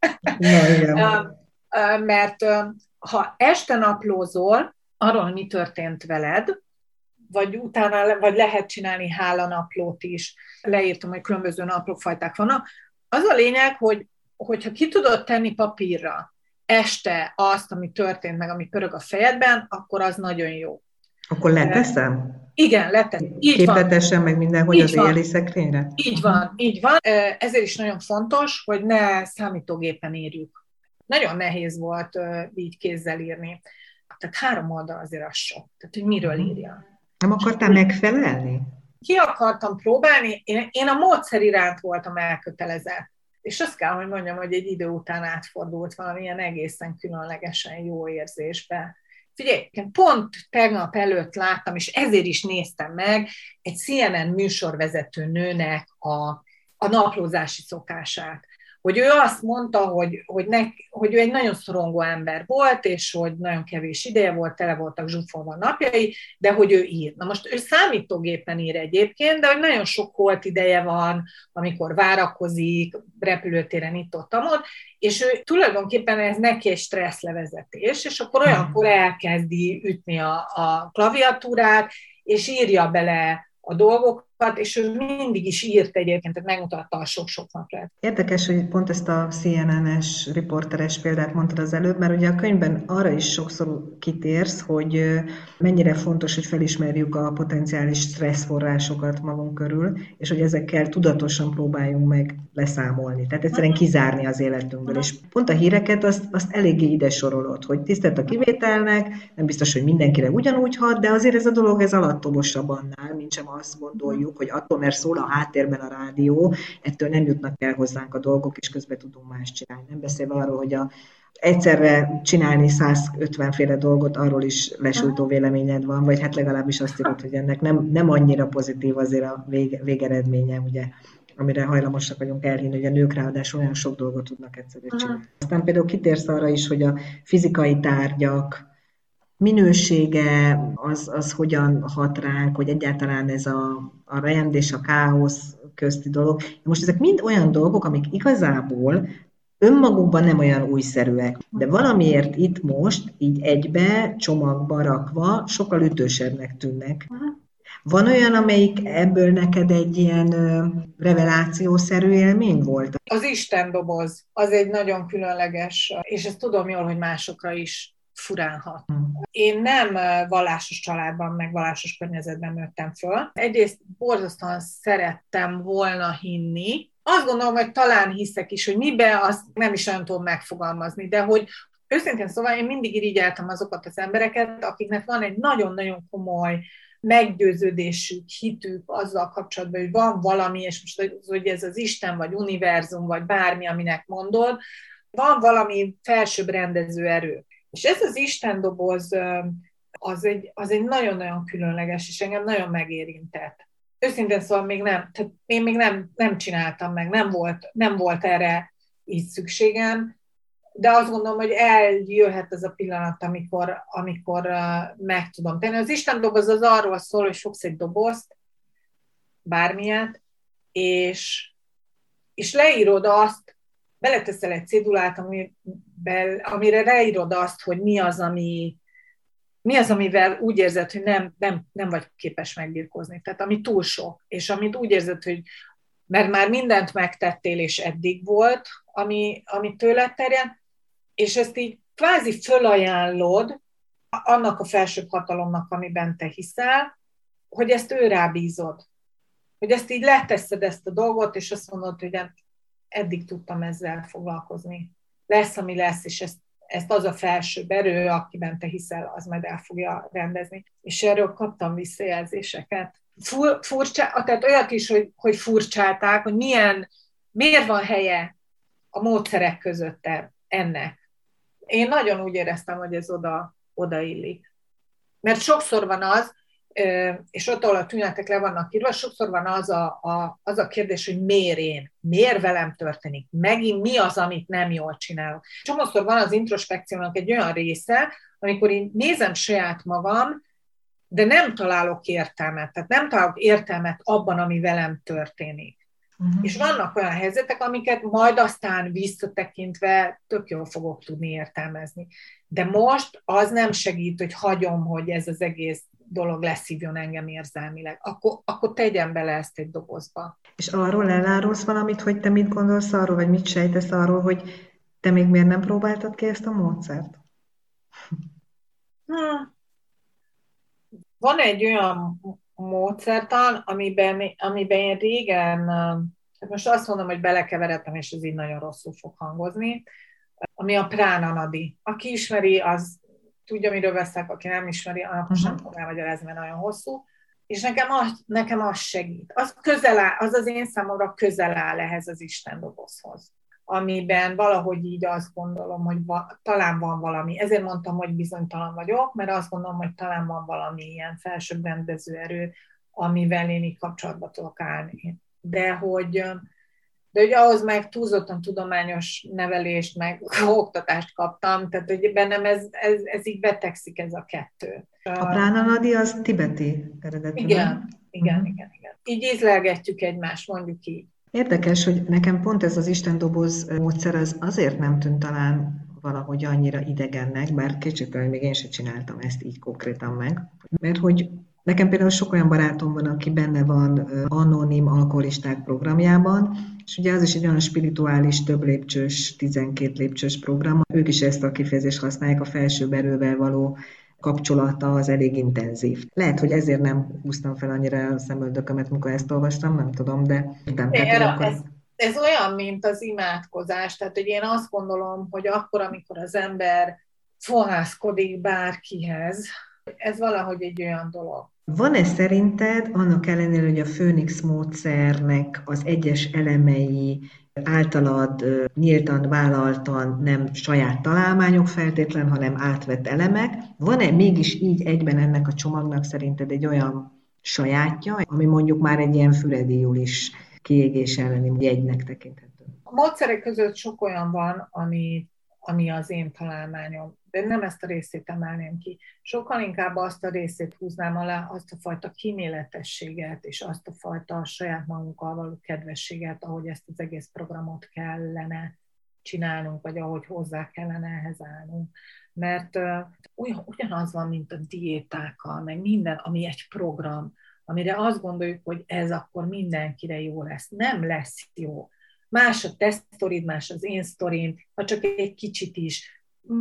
Mert ha este naplózol arról, hogy mi történt veled, vagy utána vagy lehet csinálni hálanaplót is, leírtam, hogy különböző naplófajták vannak, az a lényeg, hogyha ki tudod tenni papírra este azt, ami történt meg, ami pörög a fejedben, akkor az nagyon jó. Akkor leteszem? Igen, leteszem. Képletesen meg mindenhogy az éjjeli szekrényre? Így van. Ezért is nagyon fontos, hogy ne számítógépen írjuk. Nagyon nehéz volt így kézzel írni. Tehát 3 oldal azért az sok. Tehát, hogy miről írja. Nem akartál megfelelni? Ki akartam próbálni. Én a módszer iránt voltam elkötelezett. És azt kell, hogy mondjam, hogy egy idő után átfordult valamilyen egészen különlegesen jó érzésbe. Figyelj, pont tegnap előtt láttam, és ezért is néztem meg egy CNN műsorvezető nőnek a naplózási szokását. Hogy ő azt mondta, hogy ő egy nagyon szorongó ember volt, és hogy nagyon kevés ideje volt, tele voltak zsúfolva a napjai, de hogy ő ír. Na most ő számítógépen ír egyébként, de hogy nagyon sok holt ideje van, amikor várakozik, repülőtéren itt-ott, és ő tulajdonképpen ez neki egy stresszlevezetés, és akkor olyankor elkezdi ütni a klaviatúrát, és írja bele a dolgokat, és ő mindig is írt egyébként, tehát megmutatta a sok-sok napját. Érdekes, hogy pont ezt a CNN-es, riporteres példát mondtad az előbb, mert ugye a könyvben arra is sokszor kitérsz, hogy mennyire fontos, hogy felismerjük a potenciális stresszforrásokat magunk körül, és hogy ezekkel tudatosan próbáljunk meg leszámolni. Tehát egyszerűen kizárni az életünkből. És pont a híreket azt eléggé ide sorolod, hogy tisztelt a kivételnek, nem biztos, hogy mindenkire ugyanúgy hat, de azért ez a dolog ez alattomosabb annál, mint sem azt gondoljuk, hogy attól, mert szól a háttérben a rádió, ettől nem jutnak el hozzánk a dolgok, és közben tudunk más csinálni. Nem beszélve arról, hogy egyszerre csinálni 150 féle dolgot, arról is lesújtó véleményed van, vagy hát legalábbis azt írod, hogy ennek nem annyira pozitív azért a végeredménye, ugye, amire hajlamosak vagyunk elhinni, hogy a nők ráadásul olyan sok dolgot tudnak egyszerre csinálni. Aztán például kitérsz arra is, hogy a fizikai tárgyak minősége, az hogyan hat ránk, hogy egyáltalán ez a rend és a káosz közti dolog. Most ezek mind olyan dolgok, amik igazából önmagukban nem olyan újszerűek, de valamiért itt most, így egybe, csomagba rakva, sokkal ütősebbnek tűnnek. Van olyan, amelyik ebből neked egy ilyen revelációszerű élmény volt? Az Isten doboz, az egy nagyon különleges, és ezt tudom jól, hogy másokra is furán hat. Én nem vallásos családban, meg vallásos környezetben nőttem föl. Egyrészt borzasztóan szerettem volna hinni. Azt gondolom, hogy talán hiszek is, hogy mibe, azt nem is olyan tudom megfogalmazni, de hogy őszintén szóval én mindig irigyeltem azokat az embereket, akiknek van egy nagyon-nagyon komoly meggyőződésük, hitük azzal kapcsolatban, hogy van valami, és most hogy ez az Isten, vagy univerzum, vagy bármi, aminek mondod, van valami felsőbb rendező erő. És ez az Isten doboz, az egy nagyon-nagyon különleges, és engem nagyon megérintett. Őszintén szóval én még nem csináltam meg, nem volt erre így szükségem, de azt gondolom, hogy eljöhet az a pillanat, amikor meg tudom tenni. Az Isten doboz az arról szól, hogy fogsz egy dobozt, bármilyet, és leírod azt, beleteszel egy cédulát, amire leírod azt, hogy mi az, amivel úgy érzed, hogy nem vagy képes megbirkózni. Tehát ami túl sok, és amit úgy érzed, hogy mert már mindent megtettél, és eddig volt, ami tőled terjed, és ezt így kvázi fölajánlod annak a felsőbb hatalomnak, amiben te hiszel, hogy ezt ő rábízod. Hogy ezt így leteszed ezt a dolgot, és azt mondod, hogy eddig tudtam ezzel foglalkozni. Lesz, ami lesz, és ezt az a felsőbb erő, akiben te hiszel, az majd el fogja rendezni. És erről kaptam visszajelzéseket. Tehát olyat is, hogy furcsálták, hogy miért van helye a módszerek között ennek. Én nagyon úgy éreztem, hogy ez oda illik. Mert sokszor van az, és ott, ahol a tünetek le vannak írva, sokszor van az a kérdés, hogy miért én? Miért velem történik? Megint mi az, amit nem jól csinálok? Csomószor van az introspekciónak egy olyan része, amikor én nézem saját magam, de nem találok értelmet. Tehát nem találok értelmet abban, ami velem történik. És vannak olyan helyzetek, amiket majd aztán visszatekintve tök jól fogok tudni értelmezni. De most az nem segít, hogy hagyom, hogy ez az egész dolog leszívjon engem érzelmileg. Akkor tegyen bele ezt egy dobozba. És arról elárulsz valamit, hogy te mit gondolsz arról, vagy mit sejtesz arról, hogy te még miért nem próbáltad ki ezt a módszert? Van egy olyan módszertan, amiben én régen, most azt mondom, hogy belekeveredtem, és ez így nagyon rosszul fog hangozni, ami a Prána Nadi. Aki ismeri, az tudja, miről beszélek, aki nem ismeri, annak most nem tudom elmagyarázni, mert nagyon hosszú. És nekem az segít. Az az én számomra közel áll ehhez az Isten dobozhoz. amiben valahogy így azt gondolom, hogy talán van valami. Ezért mondtam, hogy bizonytalan vagyok, mert azt gondolom, hogy talán van valami ilyen felsőbb rendező erő, amivel én így kapcsolatba tudok állni. De hogy ahhoz meg túlzottan tudományos nevelést, meg oktatást kaptam, tehát hogy bennem ez így betegszik ez a kettő. A Pránanadi az tibeti eredetű. Igen. Így ízlelgetjük egymást, mondjuk így. Érdekes, hogy nekem pont ez az istendoboz módszer azért nem tűnt talán valahogy annyira idegennek, bár kétségtelen még én sem csináltam ezt így konkrétan meg. Mert hogy nekem például sok olyan barátom van, aki benne van anonim alkoholisták programjában, és ugye az is egy olyan spirituális, több lépcsős, 12 lépcsős program. Ők is ezt a kifejezést használják, a felsőbb erővel való kapcsolata az elég intenzív. Lehet, hogy ezért nem húztam fel annyira a szemöldökömet, mikor ezt olvastam, nem tudom, de értem. Ez olyan, mint az imádkozás, tehát hogy én azt gondolom, hogy akkor, amikor az ember fohászkodik bárkihez, ez valahogy egy olyan dolog. Van-e szerinted, annak ellenére, hogy a Főnix módszernek az egyes elemei általad nyíltan, vállaltan, nem saját találmányok feltétlen, hanem átvett elemek, van-e mégis így egyben ennek a csomagnak szerinted egy olyan sajátja, ami mondjuk már egy ilyen Füredi Julis kiégés elleni jegynek tekinthető? A módszerek között sok olyan van, ami az én találmányom, de nem ezt a részét emelném ki. Sokkal inkább azt a részét húznám alá, azt a fajta kíméletességet, és azt a fajta saját magunkkal való kedvességet, ahogy ezt az egész programot kellene csinálnunk, vagy ahogy hozzá kellene ehhez állnunk. Mert ugyanaz van, mint a diétákkal, meg minden, ami egy program, amire azt gondoljuk, hogy ez akkor mindenkire jó lesz. Nem lesz jó. Más a te sztorid, más az én sztorim, ha csak egy kicsit is.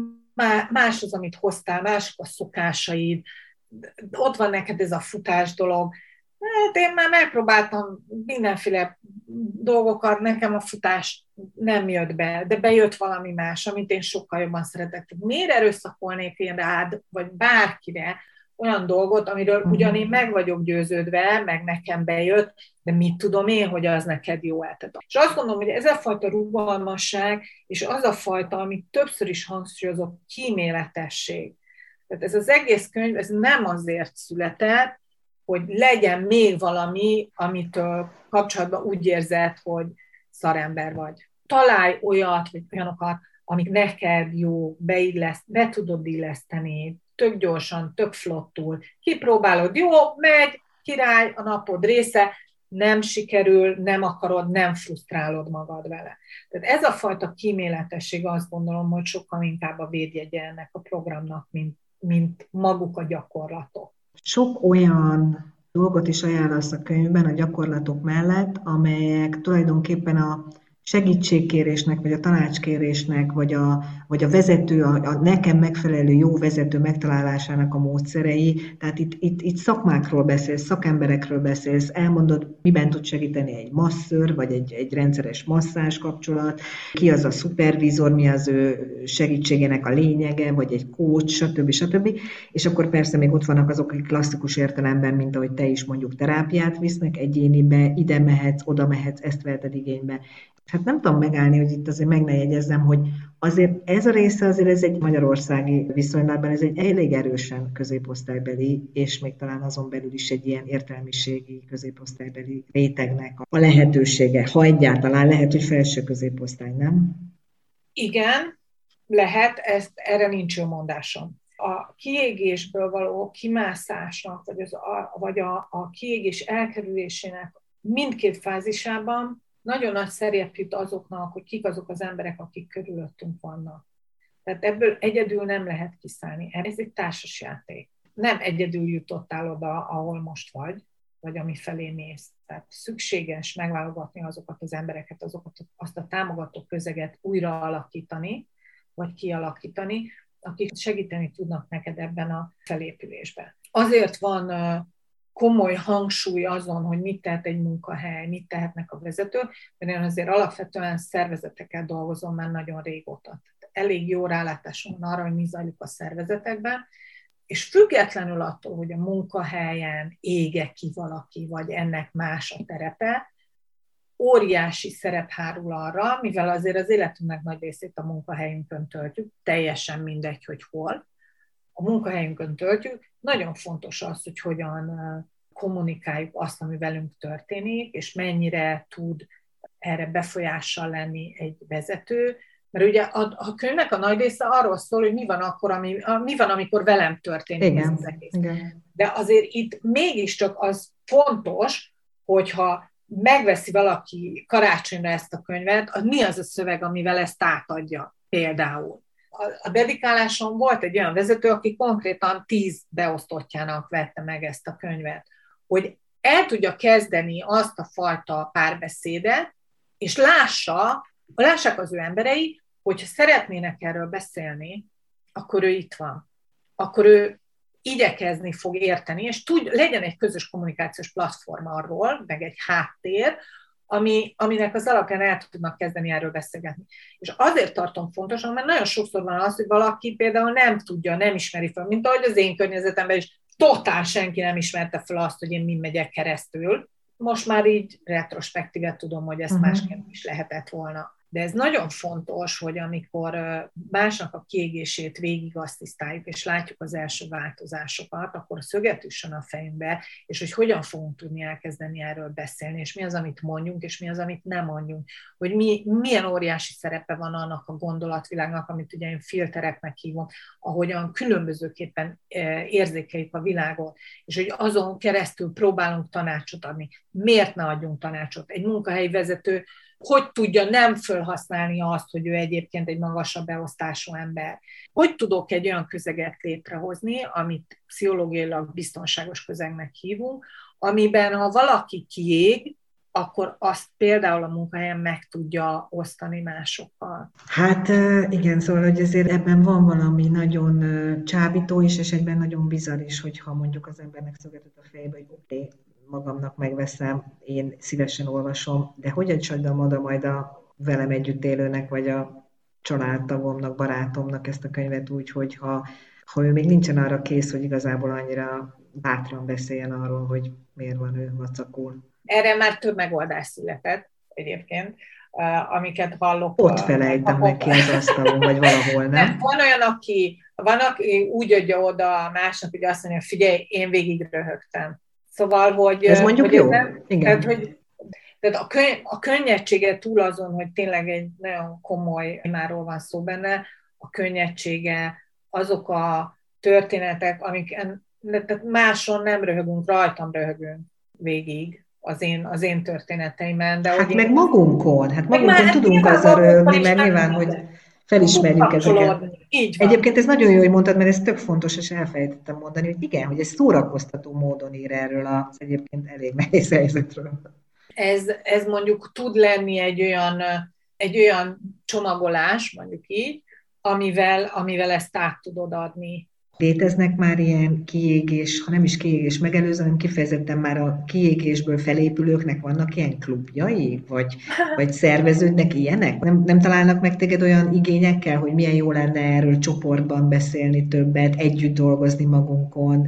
Más az, amit hoztál, mások a szokásaid. Ott van neked ez a futás dolog. Hát én már megpróbáltam mindenféle dolgokat, nekem a futás nem jött be, de bejött valami más, amit én sokkal jobban szeretek. Miért erőszakolnék én rád, vagy bárkire olyan dolgot, amiről ugyan én meg vagyok győződve, meg nekem bejött, de mit tudom én, hogy az neked jó eltet. És azt gondolom, hogy ez a fajta rugalmasság, és az a fajta, amit többször is hangsúlyozok, kíméletesség. Tehát ez az egész könyv, ez nem azért született, hogy legyen még valami, amitől kapcsolatban úgy érzed, hogy szarember vagy. Találj olyat, vagy olyanokat, amik neked jó, be tudod illeszteni, tök gyorsan, tök flottul. Kipróbálod, jó, megy, király, a napod része, nem sikerül, nem akarod, nem frusztrálod magad vele. Tehát ez a fajta kíméletesség, azt gondolom, hogy sokkal inkább a védjegye ennek a programnak, mint maguk a gyakorlatok. Sok olyan dolgot is ajánlasz a könyvben a gyakorlatok mellett, amelyek tulajdonképpen a segítségkérésnek, vagy a tanácskérésnek, vagy a vezető, a nekem megfelelő jó vezető megtalálásának a módszerei. Tehát itt szakmákról beszélsz, szakemberekről beszélsz, elmondod, miben tud segíteni egy masször, vagy egy rendszeres masszázs kapcsolat, ki az a szupervízor, mi az ő segítségének a lényege, vagy egy coach, stb. És akkor persze még ott vannak azok, akik klasszikus értelemben, mint ahogy te is mondjuk terápiát visznek egyénibe, ide mehetsz, oda mehetsz, ezt veheted igénybe. Hát nem tudom megállni, hogy itt azért meg ne jegyezzem, hogy azért ez a része azért ez egy magyarországi viszonylatban, ez egy elég erősen középosztálybeli, és még talán azon belül is egy ilyen értelmiségi középosztálybeli rétegnek a lehetősége. Ha egyáltalán lehet, hogy felső középosztály, nem? Igen, lehet, erre nincs jó mondásom. A kiégésből való kimászásnak, vagy a kiégés elkerülésének mindkét fázisában nagyon nagy szerep jut azoknak, hogy kik azok az emberek, akik körülöttünk vannak. Tehát ebből egyedül nem lehet kiszállni. Ez egy társasjáték. Nem egyedül jutottál oda, ahol most vagy ami felé mész. Tehát szükséges megválogatni azokat az embereket, azt a támogató közeget újra alakítani, vagy kialakítani, akik segíteni tudnak neked ebben a felépülésben. Azért van komoly hangsúly azon, hogy mit tehet egy munkahely, mit tehetnek a vezetők, mert én azért alapvetően szervezetekkel dolgozom már nagyon régóta. Elég jó rálátásom van arra, hogy mi zajlik a szervezetekben, és függetlenül attól, hogy a munkahelyen ége ki valaki, vagy ennek más a terepe, óriási szerep hárul arra, mivel azért az életünknek nagy részét a munkahelyünkön töltjük, teljesen mindegy, hogy hol, a munkahelyünkön töltjük, nagyon fontos az, hogy hogyan kommunikáljuk azt, ami velünk történik, és mennyire tud erre befolyással lenni egy vezető, mert ugye a könyvnek a nagy része arról szól, hogy mi van akkor, mi van, amikor velem történik ez az egész. Igen. De azért itt mégiscsak az fontos, hogyha megveszi valaki karácsonyra ezt a könyvet, az mi az a szöveg, amivel ezt átadja például. A dedikáláson volt egy olyan vezető, aki konkrétan 10 beosztottjának vette meg ezt a könyvet, hogy el tudja kezdeni azt a fajta párbeszédet, és lássák az ő emberei, hogyha szeretnének erről beszélni, akkor ő itt van. Akkor ő igyekezni fog érteni, és legyen egy közös kommunikációs platform arról, meg egy háttér, aminek az alapján el tudnak kezdeni erről beszélgetni. És azért tartom fontosnak, mert nagyon sokszor van az, hogy valaki például nem tudja, nem ismeri fel, mint ahogy az én környezetemben is totál senki nem ismerte fel azt, hogy én mind megyek keresztül. Most már így retrospektíve tudom, hogy ezt másképp is lehetett volna. De ez nagyon fontos, hogy amikor másnak a kiégését végig asszisztáljuk, és látjuk az első változásokat, akkor szöget üssön a fejünkbe, és hogy hogyan fogunk tudni elkezdeni erről beszélni, és mi az, amit mondjunk, és mi az, amit nem mondjunk. Hogy milyen óriási szerepe van annak a gondolatvilágnak, amit ugye én filtereknek hívom, ahogyan különbözőképpen érzékeljük a világot, és hogy azon keresztül próbálunk tanácsot adni. Miért ne adjunk tanácsot? Egy munkahelyi vezető hogy tudja nem felhasználni azt, hogy ő egyébként egy magasabb beosztású ember. Hogy tudok egy olyan közeget létrehozni, amit pszichológiailag biztonságos közegnek hívunk, amiben ha valaki kiég, akkor azt például a munkahelyen meg tudja osztani másokkal. Hát igen, szóval, hogy azért ebben van valami nagyon csábító is, és egyben nagyon bizarr is, hogyha mondjuk az embernek szögetett a fejbe, hogy oké, magamnak megveszem, én szívesen olvasom, de hogyan csajdam oda majd a velem együtt élőnek, vagy a családtagomnak, barátomnak ezt a könyvet úgy, hogy ha ő még nincsen arra kész, hogy igazából annyira bátran beszéljen arról, hogy miért van ő vacakul. Erre már több megoldás született egyébként, amiket hallok. Ott felejtem neki az asztalon, vagy valahol, nem? Van olyan, aki úgy adja oda a másnak, hogy azt mondja, figyelj, én végig röhögtem. Szóval, hogy... Ez mondjuk jó. Igen. Tehát a könnyedsége túl azon, hogy tényleg egy nagyon komoly témáról van szó benne, a könnyedsége, azok a történetek, tehát máson nem röhögünk, rajtam röhögünk végig az én történeteimen. De hát meg magunkon tudunk azzal röhögni, mert nyilván, hogy felismerjük ezeket. Egyébként ez nagyon jó, hogy mondtad, mert ez tök fontos, és elfelejtettem mondani, hogy igen, hogy ez szórakoztató módon ír erről az egyébként elég nehéz helyzetről. Ez mondjuk tud lenni egy olyan csomagolás, mondjuk így, amivel ezt át tudod adni. Léteznek már ilyen kiégés, ha nem is kiégés megelőző, hanem kifejezetten már a kiégésből felépülőknek vannak ilyen klubjai, vagy szerveződnek ilyenek? Nem találnak meg téged olyan igényekkel, hogy milyen jó lenne erről csoportban beszélni többet, együtt dolgozni magunkon?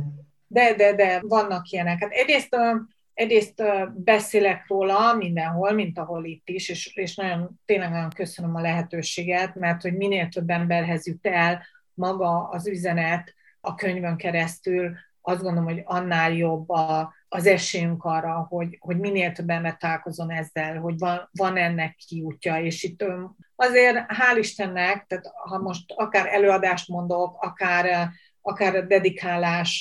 De vannak ilyenek. Hát egyrészt beszélek róla mindenhol, mint ahol itt is, és tényleg nagyon köszönöm a lehetőséget, mert hogy minél több emberhez jut el maga az üzenet a könyvön keresztül, azt gondolom, hogy annál jobb az esélyünk arra, hogy minél több ember találkozon ezzel, hogy van ennek kiútja, és itt azért hál' Istennek, tehát ha most akár előadást mondok, akár a dedikálás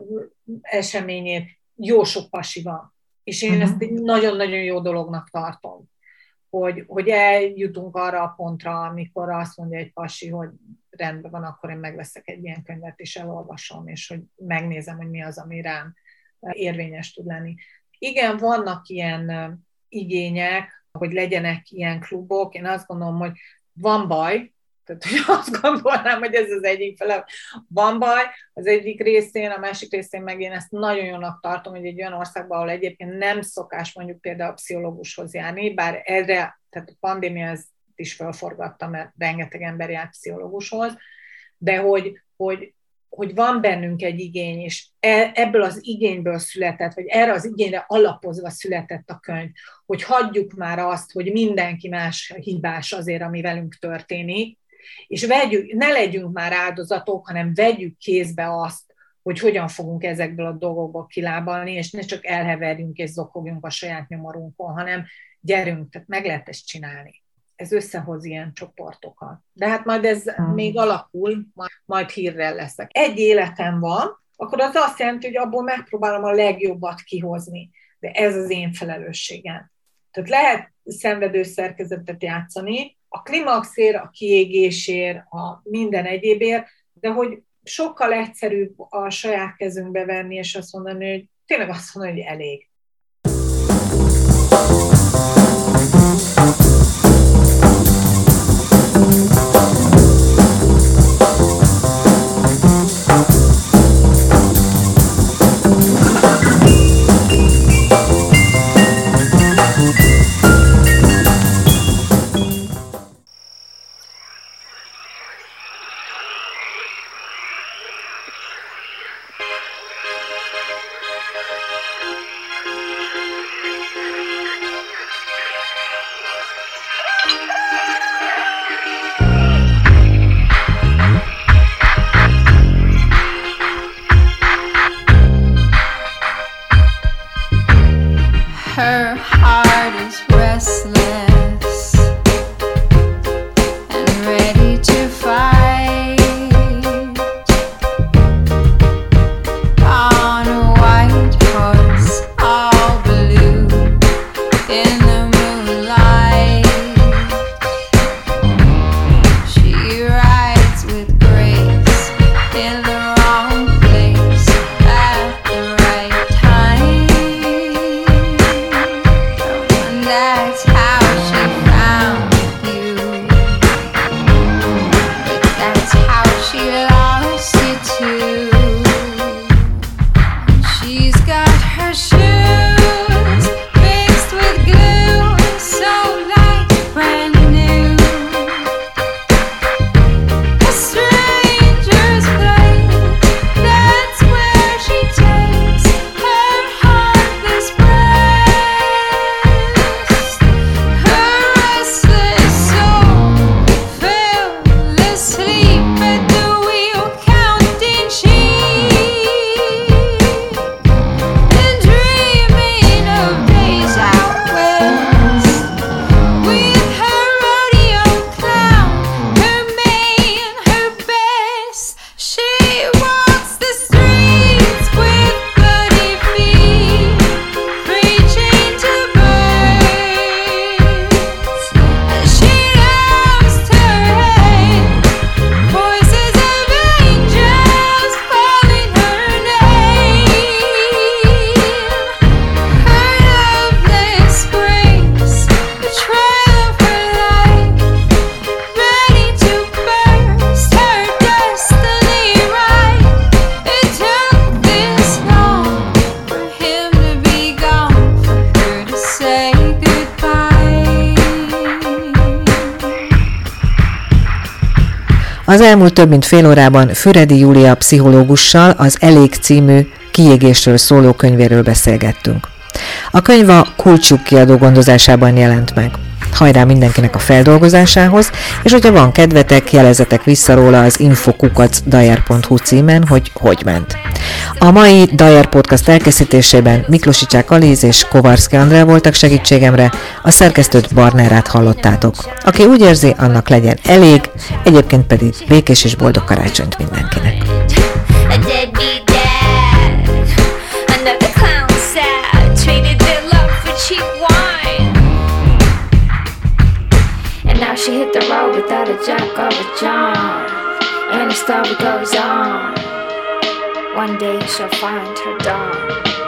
eseményét, jó sok pasi van. És én ezt egy nagyon-nagyon jó dolognak tartom, hogy eljutunk arra a pontra, amikor azt mondja egy pasi, hogy rendben van, akkor én megveszek egy ilyen könyvet, és elolvasom, és hogy megnézem, hogy mi az, ami rám érvényes tud lenni. Igen, vannak ilyen igények, hogy legyenek ilyen klubok. Én azt gondolom, hogy van baj, tehát hogy azt gondolnám, hogy ez az egyik fele. Van baj az egyik részén, a másik részén meg én ezt nagyon jónak tartom, hogy egy olyan országban, ahol egyébként nem szokás mondjuk például a pszichológushoz járni, bár erre, tehát a pandémia ezt is felforgatta, mert rengeteg ember jár pszichológushoz, de hogy hogy van bennünk egy igény, és ebből az igényből született, vagy erre az igényre alapozva született a könyv, hogy hagyjuk már azt, hogy mindenki más hibás azért, ami velünk történik, és ne legyünk már áldozatok, hanem vegyük kézbe azt, hogy hogyan fogunk ezekből a dolgokból kilábalni, és ne csak elheverjünk és zokogjunk a saját nyomorunkon, hanem gyerünk, tehát meg lehet ezt csinálni. Ez összehoz ilyen csoportokat. De hát majd ez még alakul, majd hírrel leszek. Egy életem van, akkor az azt jelenti, hogy abból megpróbálom a legjobbat kihozni. De ez az én felelősségem. Tehát lehet szenvedő szerkezetet játszani, a klimaxért, a kiégésért, a minden egyébért, de hogy sokkal egyszerűbb a saját kezünkbe venni, és azt mondani, hogy tényleg azt mondani, hogy elég. Her heart is restless and ready to fight on a white horse, all blue in the moonlight. She rides with grace in the wrong place at the right time. That's how she found you, but that's how she lost you too. She's got her shoes mixed with glue, so like brand new. A stranger's place, that's where she takes her heartless rest. Her restless soul fell asleep at the wheel, counting sheep and dreaming of days out west with her rodeo clown, her mane, her best. She walks the streets with bloody feet, preaching to birds. She loves to hate voices of angels calling her name. Her loveless grace, the trail of her life, ready to burst her destiny right. It took this long for him to be gone, for her to say goodbye. Az elmúlt több mint fél órában Füredi Júlia pszichológussal az Elég című kiégésről szóló könyvéről beszélgettünk. A könyv a Kulcsuk kiadó gondozásában jelent meg. Hajrá mindenkinek a feldolgozásához, és hogyha van kedvetek, jelezetek vissza róla az info@dajer.hu címen, hogy ment. A mai Dajer Podcast elkészítésében Miklósicsák Alíz és Kovarszki Andrea voltak segítségemre, a szerkesztőt Barnerát hallottátok. Aki úgy érzi, annak legyen elég, egyébként pedig békés és boldog karácsonyt mindenkinek. A deadbeat dad, another clown sad, traded their love for cheap wine. And now she hit the road without a jack or a John, and the story goes on. One day she'll find her dawn.